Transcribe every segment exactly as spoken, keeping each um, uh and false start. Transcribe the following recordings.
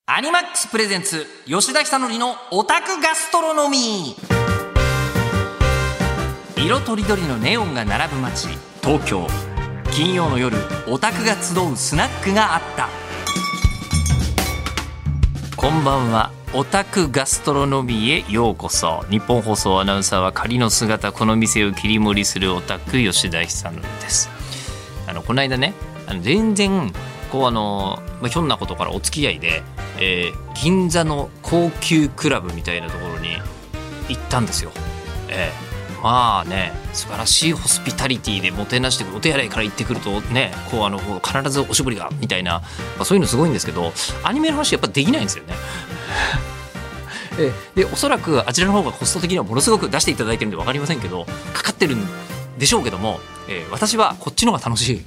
アニマックスプレゼンツ吉田久典のオタクガストロノミー。色とりどりのネオンが並ぶ街東京。金曜の夜、オタクが集うスナックがあった。こんばんは。オタクガストロノミーへようこそ。日本放送アナウンサーは仮の姿、この店を切り盛りするオタク吉田久典です。あのこの間ね、あの全然こうあの、まあ、ひょんなことからお付き合いで、えー、銀座の高級クラブみたいなところに行ったんですよ。えー、まあね、素晴らしいホスピタリティでもてなしてくる、お手洗いから行ってくるとね、こうあの必ずおしぼりがみたいな、まあ、そういうのすごいんですけど、アニメの話やっぱできないんですよね。えー、でおそらくあちらの方がコスト的にはものすごく出していただいてるんで分かりませんけど、かかってるんでしょうけども、えー、私はこっちの方が楽しい。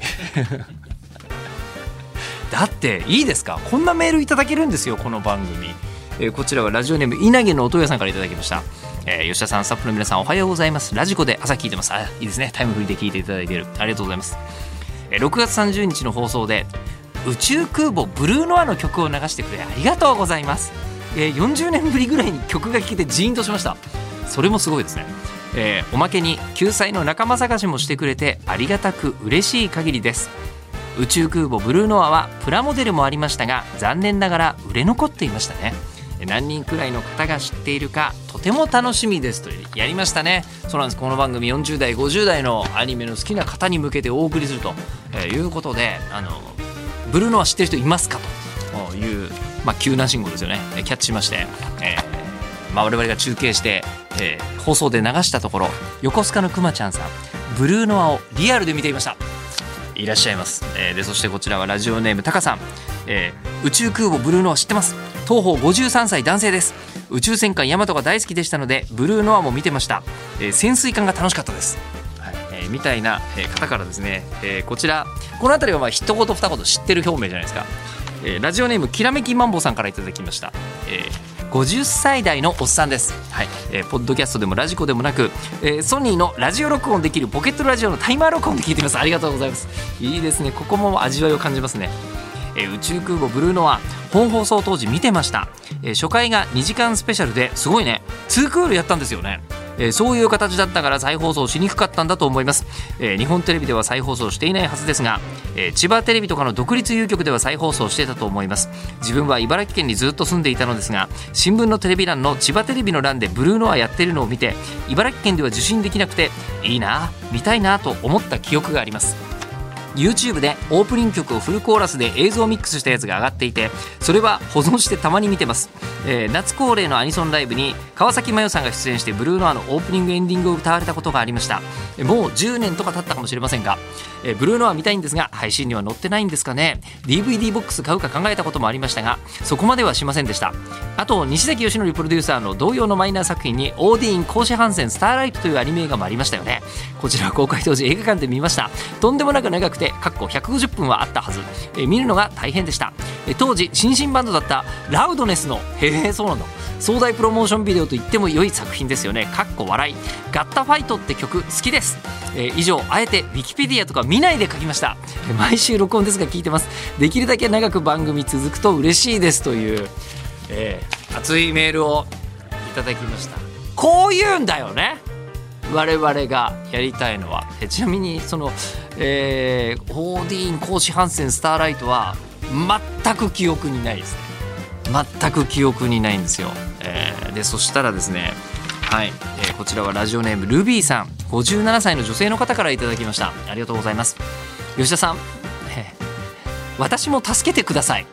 だっていいですか、こんなメールいただけるんですよ、この番組。えー、こちらはラジオネーム稲毛の音屋さんからいただきました。えー、吉田さん、スタッフの皆さん、おはようございます。ラジコで朝聞いてます。あ、いいですね、タイムフリーで聞いていただいている、ありがとうございます。えー、ろくがつさんじゅうにちの放送で宇宙空母ブルーノアの曲を流してくれありがとうございます。えー、よんじゅうねんぶりぐらいに曲が聴けてジーンとしました。それもすごいですね。えー、おまけに救済の仲間探しもしてくれてありがたく嬉しい限りです。宇宙空母ブルーノアはプラモデルもありましたが、残念ながら売れ残っていましたね。何人くらいの方が知っているかとても楽しみですとやりましたね。そうなんです。この番組よんじゅう代ごじゅう代のアニメの好きな方に向けてお送りするということで、あのブルーノア知ってる人いますかという、まあ、救難信号ですよね。キャッチしまして、えーまあ、我々が中継して、えー、放送で流したところ、横須賀のくまちゃんさん、ブルーノアをリアルで見ていました。いらっしゃいます。えー、でそしてこちらはラジオネームタカさん、えー、宇宙空母ブルーノア知ってます。東方ごじゅうさんさい男性です。宇宙戦艦ヤマトが大好きでしたのでブルーノアも見てました。えー、潜水艦が楽しかったです、はい。えー、みたいな方からですね、えー、こちらこの辺りはまあ一言二言知ってる表明じゃないですか。えー、ラジオネームきらめきマンボさんからいただきました。えーごじゅっさい代のおっさんです。はい。えー、ポッドキャストでもラジコでもなく、えー、ソニーのラジオ録音できるポケットラジオのタイマー録音で聞いています。ありがとうございます。いいですね。ここも味わいを感じますね。えー、宇宙空母ブルーノア本放送当時見てました。えー、初回がにじかんスペシャルですごいね、ツークールやったんですよね。えー、そういう形だったから再放送しにくかったんだと思います。えー、日本テレビでは再放送していないはずですが、えー、千葉テレビとかの独立有局では再放送してたと思います。自分は茨城県にずっと住んでいたのですが、新聞のテレビ欄の千葉テレビの欄でブルーノアやってるのを見て、茨城県では受信できなくていいな、見たいなと思った記憶があります。YouTube でオープニング曲をフルコーラスで映像ミックスしたやつが上がっていて、それは保存してたまに見てます。えー、夏恒例のアニソンライブに川崎麻世さんが出演してブルーノアのオープニングエンディングを歌われたことがありました。もうじゅうねんとか経ったかもしれませんが、えー、ブルーノア見たいんですが配信には載ってないんですかね。 ディーブイディー ボックス買うか考えたこともありましたが、そこまではしませんでした。あと西崎義則プロデューサーの同様のマイナー作品にオーディーン公使ハンセンスターライトというアニメ映画もありましたよね。こちらは公開当時映画館で見ました。とんでもなく長くてかっこひゃくごじゅっぷんはあったはず。えー、見るのが大変でした。えー、当時新進バンドだったラウドネスのへえそうなんだ壮大プロモーションビデオと言っても良い作品ですよね。かっこ笑い。ガッタファイトって曲好きです。えー、以上、あえてウィキペディアとか見ないで書きました。えー、毎週録音ですが聞いてます。できるだけ長く番組続くと嬉しいですという、えー、熱いメールをいただきました。こういうんだよね、我々がやりたいのは。えちなみにその、えー、オーディーン公使ハンセンスターライトは全く記憶にないですね。全く記憶にないんですよ。えー、でそしたらですね、はい、えー、こちらはラジオネームルビーさん、ごじゅうななさいの女性の方からいただきました。ありがとうございます。吉田さん、えー、私も助けてください。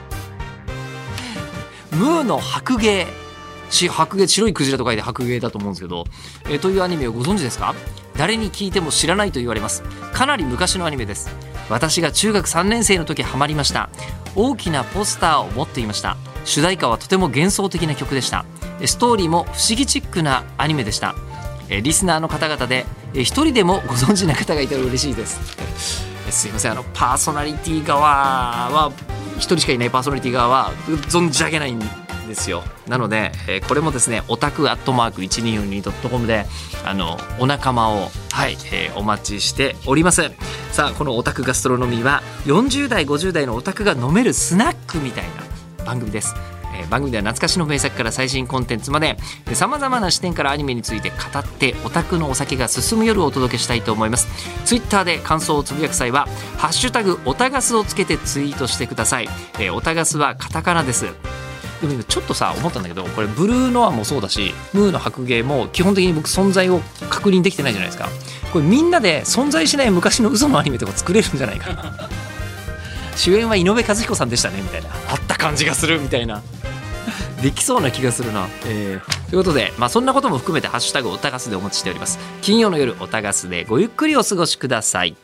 ムーの白芸、し白芸、白いクジラと書いて白芸だと思うんですけど、えー、というアニメをご存知ですか？誰に聞いても知らないと言われます。かなり昔のアニメです。私が中学さんねん生の時ハマりました。大きなポスターを持っていました。主題歌はとても幻想的な曲でした。ストーリーも不思議チックなアニメでした。リスナーの方々で一人でもご存知な方がいたら嬉しいです。すいません、あのパーソナリティ側は一人しかいない。パーソナリティ側は存じ上げないんですよ。なので、えー、これもですね、オタクアットマーク いちにーよんにードットコム であのお仲間を、はいえー、お待ちしております。さあ、このオタクガストロノミーはよんじゅう代ごじゅう代のオタクが飲めるスナックみたいな番組です。えー、番組では懐かしの名作から最新コンテンツまでさまざまな視点からアニメについて語ってオタクのお酒が進む夜をお届けしたいと思います。ツイッターで感想をつぶやく際はハッシュタグオタガスをつけてツイートしてください。えー、オタガスはカタカナです。でも今ちょっとさ思ったんだけど、これブルーノアもそうだしムーの白芸も基本的に僕存在を確認できてないじゃないですか。これみんなで存在しない昔の嘘のアニメとか作れるんじゃないかな主演は井上和彦さんでしたねみたいな、あった感じがするみたいなできそうな気がするな、えー、ということで、まあ、そんなことも含めてハッシュタグオタガスでお待ちしております。金曜の夜オタガスでごゆっくりお過ごしください。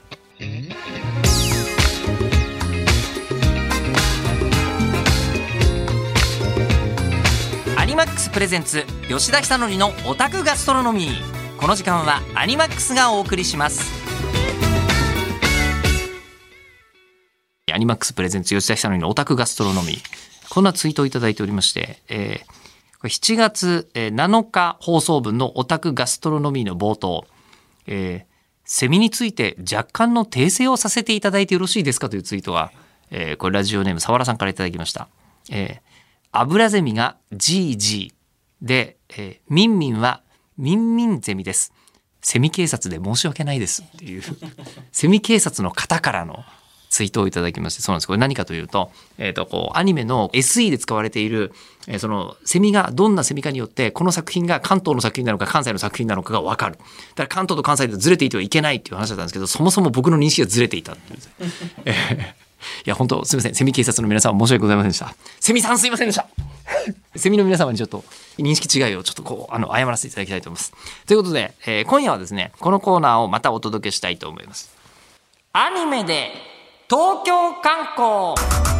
アニマックスプレゼンツ吉田久典のオタクガストロノミー。この時間はアニマックスがお送りします。アニマックスプレゼンツ吉田久典のオタクガストロノミー、こんなツイートをいただいておりまして、えー、これしちがつなのか放送分のオタクガストロノミーの冒頭、えー、セミについて若干の訂正をさせていただいてよろしいですかというツイートは、えー、これラジオネームさわらさんからいただきました。えー、アブラゼミが ジージー で、えー、ミンミンはミンミンゼミです。セミ警察で申し訳ないですっていうセミ警察の方からのツイートをいただきまして、そうなんです。これ何かというと、えっと、こう、アニメの エスイー で使われている、えー、その、セミがどんなセミかによって、この作品が関東の作品なのか関西の作品なのかが分かる。だから関東と関西でずれていてはいけないっていう話だったんですけど、そもそも僕の認識がずれていたっていう、えー。いや、本当すみません。セミ警察の皆さん申し訳ございませんでした。セミさんすいませんでした。セミの皆様にちょっと認識違いをちょっとこう、あの、謝らせていただきたいと思います。ということで、えー、今夜はですね、このコーナーをまたお届けしたいと思います。アニメで東京観光。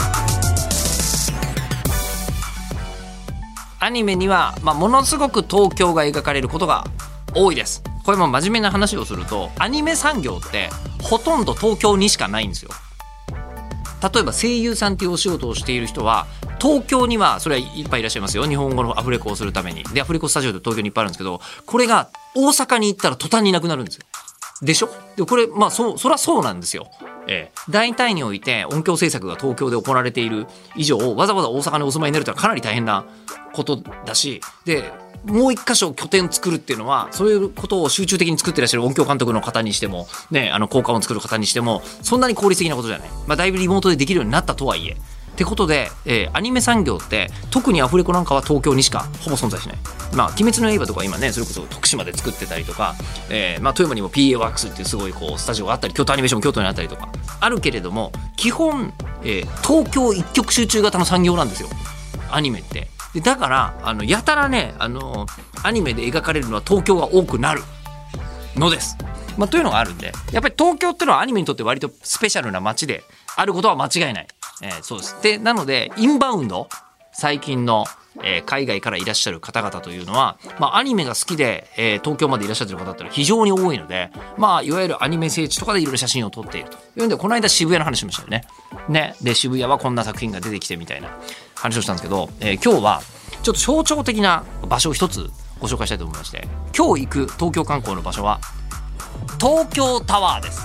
アニメには、まあ、ものすごく東京が描かれることが多いです。これも真面目な話をすると、アニメ産業ってほとんど東京にしかないんですよ。例えば声優さんっていうお仕事をしている人は東京にはそれはいっぱいいらっしゃいますよ。日本語のアフレコをするために。でアフレコスタジオって東京にいっぱいあるんですけど、これが大阪に行ったら途端にいなくなるんですよ。でしょ。でこれまあそうそりゃそうなんですよ。ええ、大体において音響制作が東京で行われている以上、わざわざ大阪にお住まいになるというのはかなり大変なことだし、でもう一箇所拠点を作るっていうのは、そういうことを集中的に作ってらっしゃる音響監督の方にしてもね、あの効果音を作る方にしてもそんなに効率的なことじゃない。まあだいぶリモートでできるようになったとはいえってことで、えー、アニメ産業って特にアフレコなんかは東京にしかほぼ存在しない。まあ鬼滅の刃とか今ね、それこそ徳島で作ってたりとか、えー、まあ富山にも ピーエー ワークスっていうすごいこうスタジオがあったり、京都アニメーションも京都にあったりとかあるけれども、基本、えー、東京一極集中型の産業なんですよ、アニメって。でだからあのやたらね、あのアニメで描かれるのは東京が多くなるのです。まあ、というのがあるんで、やっぱり東京っていうのはアニメにとって割とスペシャルな街であることは間違いない。えー、そうです。でなのでインバウンド、最近の、えー、海外からいらっしゃる方々というのは、まあ、アニメが好きで、えー、東京までいらっしゃってる方って非常に多いので、まあ、いわゆるアニメ聖地とかでいろいろ写真を撮っているというんで、この間渋谷の話しましたよね。ねで渋谷はこんな作品が出てきてみたいな話をしたんですけど、えー、今日はちょっと象徴的な場所を一つご紹介したいと思いまして、今日行く東京観光の場所は東京タワーです。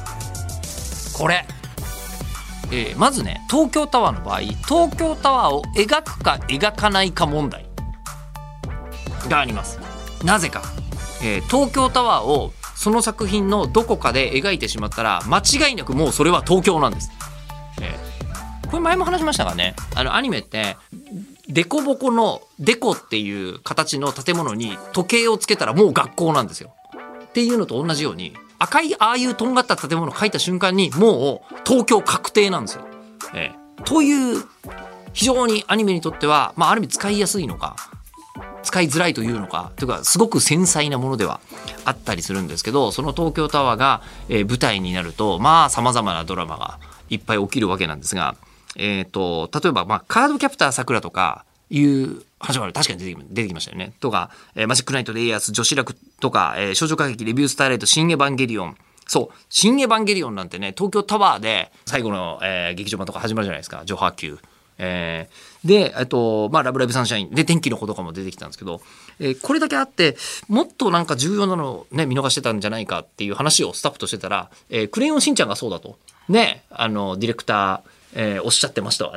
これ、えー、まずね、東京タワーの場合、東京タワーを描くか描かないか問題があります。なぜか、えー、東京タワーをその作品のどこかで描いてしまったら間違いなくもうそれは東京なんです。えー、これ前も話しましたがね、あのアニメってデコボコのデコっていう形の建物に時計をつけたらもう学校なんですよ。っていうのと同じように、赤いああいうとんがった建物を描いた瞬間にもう東京確定なんですよ。えー、という非常にアニメにとっては、まあ、ある意味使いやすいのか使いづらいというのかというか、すごく繊細なものではあったりするんですけど、その東京タワーが、えー、舞台になると、まあ様々なドラマがいっぱい起きるわけなんですが、えーと、例えば、まあ、カードキャプターさくらとかいう話も確かに出てき、出てきましたよね。とか、えー、マジックナイトレイヤース、女子楽とか、えー、少女歌劇、レビュースターライト、新エヴァンゲリオン。そう、新エヴァンゲリオンなんてね、東京タワーで最後の、えー、劇場版とか始まるじゃないですか。序波級。えー、で、えっと、まあ、ラブライブサンシャインで天気の子とかも出てきたんですけど、えー、これだけあって、もっとなんか重要なのをね、見逃してたんじゃないかっていう話をスタッフとしてたら、えー、クレヨンしんちゃんがそうだと。ね、あの、ディレクター、えー、おっしゃってましたわね。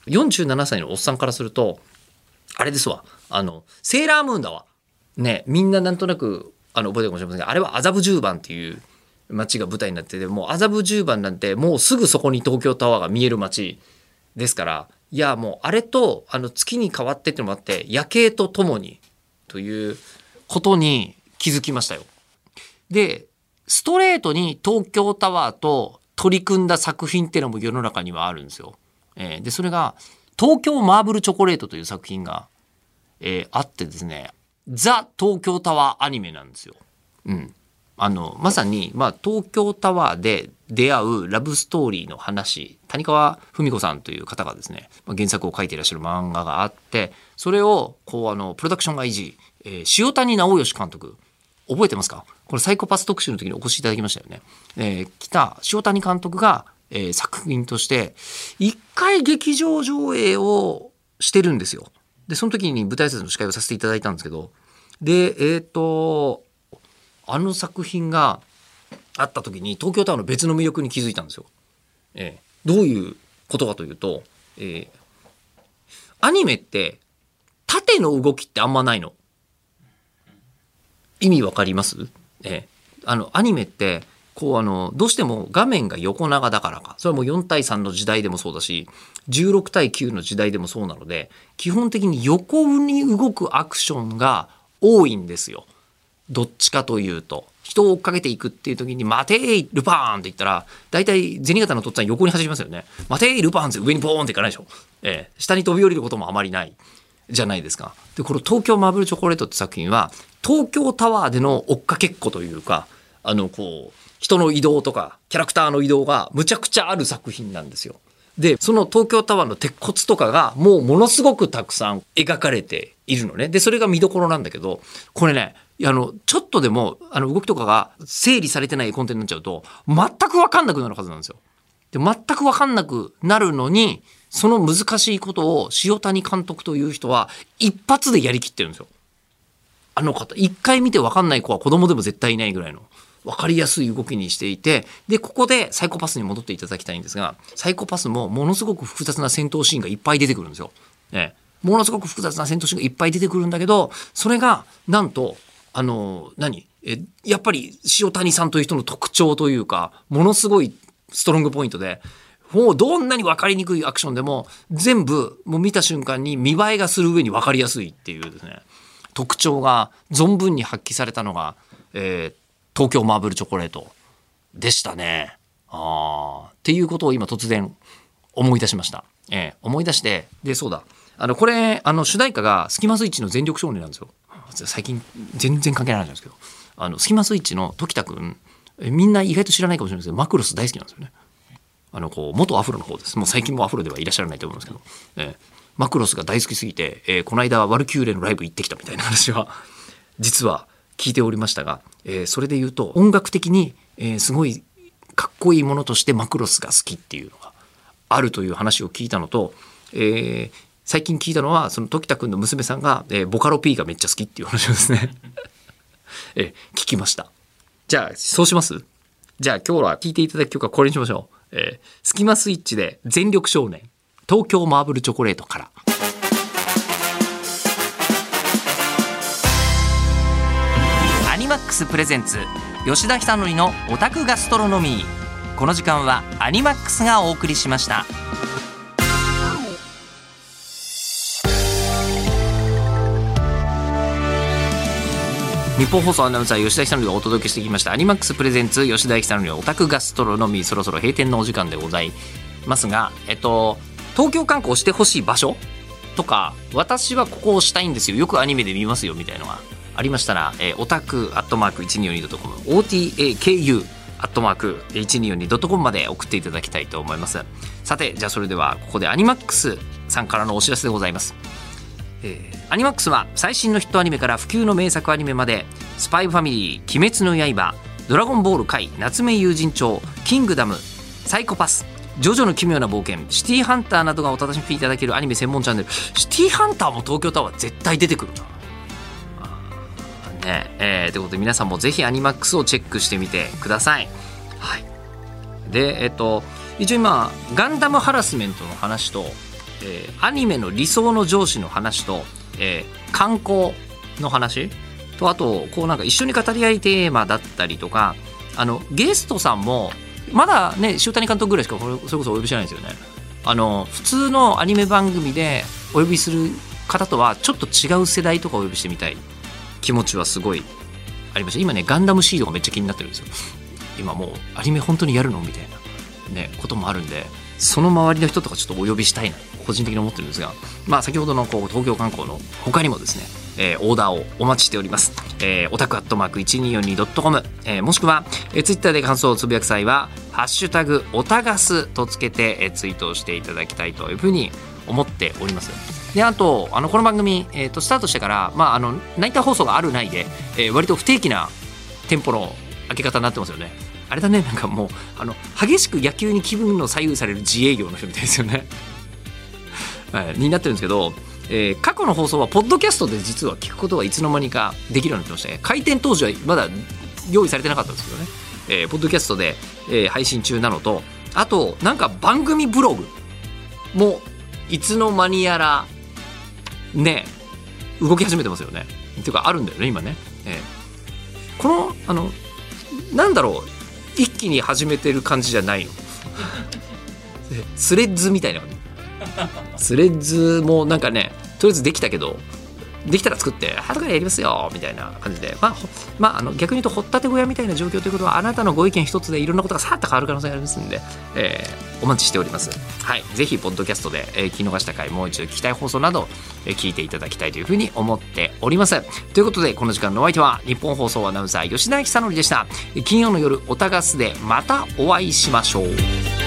よんじゅうななさいのおっさんからするとあれですわ、あのセーラームーンだわね。みんななんとなくあの覚えてるかもしれませんが、あれは麻布十番っていう街が舞台になってて、もう麻布十番なんてもうすぐそこに東京タワーが見える街ですから、いやもうあれとあの月に変わってってのもあって、夜景とともにということに気づきましたよ。でストレートに東京タワーと取り組んだ作品っていうのも世の中にはあるんですよ。えー、でそれが東京マーブルチョコレートという作品が、えー、あってですね、ザ東京タワーアニメなんですよ。うん、あのまさに、まあ、東京タワーで出会うラブストーリーの話、谷川文子さんという方がですね、まあ、原作を書いていらっしゃる漫画があって、それをこうあのプロダクションが維持、えー、塩谷直義監督覚えてますか？これサイコパス特集の時にお越しいただきましたよね。えー、来た塩谷監督が、えー、作品として一回劇場上映をしてるんですよ。でその時に舞台挨拶の司会をさせていただいたんですけど、でえっとあの作品があった時に東京タワーの別の魅力に気づいたんですよ。えー、どういうことかというと、えー、アニメって縦の動きってあんまないの。意味わかります？えー、あのアニメってこうあのどうしても画面が横長だからか、それはもうよんたいさんの時代でもそうだしじゅうろくたいきゅうの時代でもそうなので、基本的に横に動くアクションが多いんですよ。どっちかというと人を追っかけていくっていう時に待てールパーンって言ったら大体銭形のとっつぁん横に走りますよね。待てールパーンって上にボーンっていかないでしょ。えー、下に飛び降りることもあまりないじゃないですか。でこの東京マーブルチョコレートって作品は東京タワーでの追っかけっこというか、あのこう人の移動とかキャラクターの移動がむちゃくちゃある作品なんですよ。でその東京タワーの鉄骨とかがもうものすごくたくさん描かれているのね。でそれが見どころなんだけど、これねあのちょっとでもあの動きとかが整理されてないコンテンツになっちゃうと全く分かんなくなるはずなんですよ。で全く分かんなくなるのに、その難しいことを塩谷監督という人は一発でやりきってるんですよ。あの方一回見て分かんない子は子供でも絶対いないぐらいの分かりやすい動きにしていて、でここでサイコパスに戻っていただきたいんですが、サイコパスもものすごく複雑な戦闘シーンがいっぱい出てくるんですよ。ね、ものすごく複雑な戦闘シーンがいっぱい出てくるんだけど、それがなんとあの何えやっぱり塩谷さんという人の特徴というか、ものすごいストロングポイントで、もうどんなに分かりにくいアクションでも全部もう見た瞬間に見栄えがする上に分かりやすいっていうですね、特徴が存分に発揮されたのが、えー、東京マーブルチョコレートでしたね。あっていうことを今突然思い出しました。えー、思い出して、でそうだあのこれあの主題歌がスキマスイッチの全力少年なんですよ。最近全然関係ないんですけど、あのスキマスイッチの時田くん、みんな意外と知らないかもしれないですけどマクロス大好きなんですよね。あのこう元アフロの方です。もう最近もアフロではいらっしゃらないと思うんですけど、えー、マクロスが大好きすぎて、えー、この間ワルキューレのライブ行ってきたみたいな話は実は聞いておりましたが、えー、それで言うと音楽的に、えー、すごいかっこいいものとしてマクロスが好きっていうのがあるという話を聞いたのと、えー、最近聞いたのはその時田くんの娘さんが、えー、ボカロ P がめっちゃ好きっていう話をですね、えー、聞きました。じゃあそうします。じゃあ今日は聴いていただく曲はこれにしましょう。えー、スキマスイッチで全力少年、東京マーブルチョコレートから。アニマックスプレゼンツ吉田久典のオタクガストロノミー。この時間はアニマックスがお送りしました。日本放送アナウンサー吉田久典がお届けしてきましたアニマックスプレゼンツ吉田久典のオタクガストロノミー。そろそろ閉店のお時間でございますが、えっと東京観光してほしい場所とか、私はここをしたいんですよ、よくアニメで見ますよみたいなのがありましたら、えー、オタクアットマーク いちにーよんにドットコム オーティーエーケーユー アットマーク いちにーよんにドットコム まで送っていただきたいと思います。さてじゃあそれではここでアニマックスさんからのお知らせでございます。えー、アニマックスは最新のヒットアニメから不朽の名作アニメまで、スパイファミリー、鬼滅の刃、ドラゴンボール怪、夏目友人帳、キングダム、サイコパス、ジョジョの奇妙な冒険、シティハンターなどがお楽しみいただけるアニメ専門チャンネル。シティハンターも東京タワー絶対出てくるな、ねえー、ということで皆さんもぜひアニマックスをチェックしてみてください。はい、でえっと一応今ガンダムハラスメントの話と、 えー、アニメの理想の上司の話と、えー、観光の話と、あとこうなんか一緒に語り合いテーマだったりとか、あのゲストさんもまだね塩谷監督ぐらいしかそれこそお呼びしてないんですよね。あの普通のアニメ番組でお呼びする方とはちょっと違う世代とかお呼びしてみたい気持ちはすごいありました。今ねガンダムシードがめっちゃ気になってるんですよ。今もうアニメ本当にやるのみたいな、ね、こともあるんで、その周りの人とかちょっとお呼びしたいな個人的に思ってるんですが、まあ先ほどのこう東京観光の他にもですね、えー、オーダーをお待ちしております。えー、オタクアットマーク いちにーよんにドットコム、えー、もしくは、えー、ツイッターで感想をつぶやく際はハッシュタグオタガスとつけて、えー、ツイートをしていただきたいというふうに思っております。であとあのこの番組、えー、とスタートしてから、まあ、あのナイター放送があるないで、えー、割と不定期なテンポの開け方になってますよね。あれだね、なんかもうあの激しく野球に気分の左右される自営業の人みたいですよね、はい、になってるんですけど、えー、過去の放送はポッドキャストで実は聞くことがいつの間にかできるようになってまして、開店当時はまだ用意されてなかったんですけどね、えー、ポッドキャストで、えー、配信中なのと、あとなんか番組ブログもいつの間にやらね動き始めてますよね。っていうかあるんだよね今ね、えー、このあのなんだろう、一気に始めてる感じじゃないのスレッズみたいなスレッズもなんかね、とりあえずできたけどできたら作って後からやりますよみたいな感じで、まあ、まあ、あの逆に言うと掘ったて小屋みたいな状況ということは、あなたのご意見一つでいろんなことがさっと変わる可能性がありますので、えー、お待ちしております。はい、ぜひポッドキャストで、えー、聞き逃した回もう一度聞きたい放送など、えー、聞いていただきたいというふうに思っております。ということでこの時間のお相手は日本放送アナウンサー吉田久典でした。金曜の夜オタガスでまたお会いしましょう。